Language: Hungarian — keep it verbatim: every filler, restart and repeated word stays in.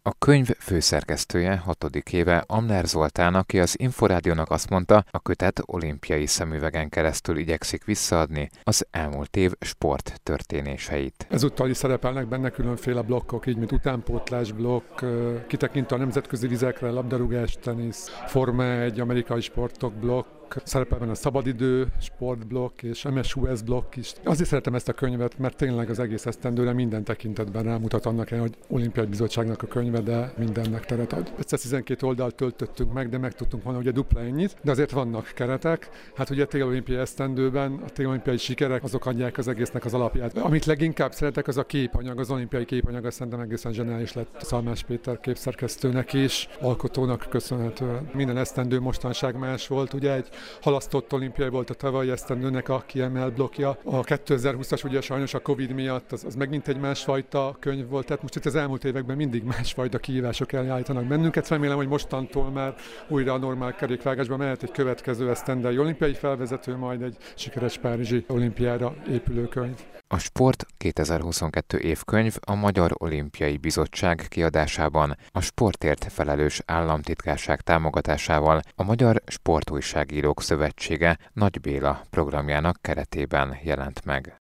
A könyv főszerkesztője hatodik éve Amner Zoltán, aki az Inforádiónak azt mondta, a kötet olimpiai szemüvegen keresztül igyekszik visszaadni az elmúlt év sport történéseit. Ezúttal is szerepelnek benne különféle blokkok, így mint utánpótlás blokk, kitekintő a nemzetközi vizekre, labdarúgás, tenisz, Forma egy, amerikai sportok blokk, szerepel benne a szabadidő, sportblokk és em es u es blokk is. Azért szeretem ezt a könyvet, mert tényleg az egész esztendőre minden tekintetben rámutat annak, hogy Olimpiai Bizottságnak a könyve, de mindennek teret ad. ötszáztizenkét oldalt töltöttünk meg, de meg tudtunk volna ugye dupla ennyit, de azért vannak keretek. Hát ugye a télolimpiai esztendőben a télolimpiai sikerek azok adják az egésznek az alapját. Amit leginkább szeretek, az a képanyag, az olimpiai képanyag, azt szerintem egészen zseniális lett Szalmás Péter képszerkesztőnek is, alkotónak köszönhetően. Minden esztendő mostanság más volt, ugye egy halasztott olimpiai volt a tavalyi esztendőnek a kiemelt blokkja. A kétezer-húszas ugye sajnos a Covid miatt az, az megint egy másfajta könyv volt, tehát most itt az elmúlt években mindig másfajta kihívások elé állítanak bennünket. Remélem, hogy mostantól már újra a normál kerékvágásba mehet egy következő esztendei olimpiai felvezető, majd egy sikeres párizsi olimpiára épülő könyv. A Sport kétezer-huszonkettő évkönyv a Magyar Olimpiai Bizottság kiadásában a sportért felelős államtitkárság támogatásával a Magyar Sportújságírók Szövetsége Nagy Béla programjának keretében jelent meg.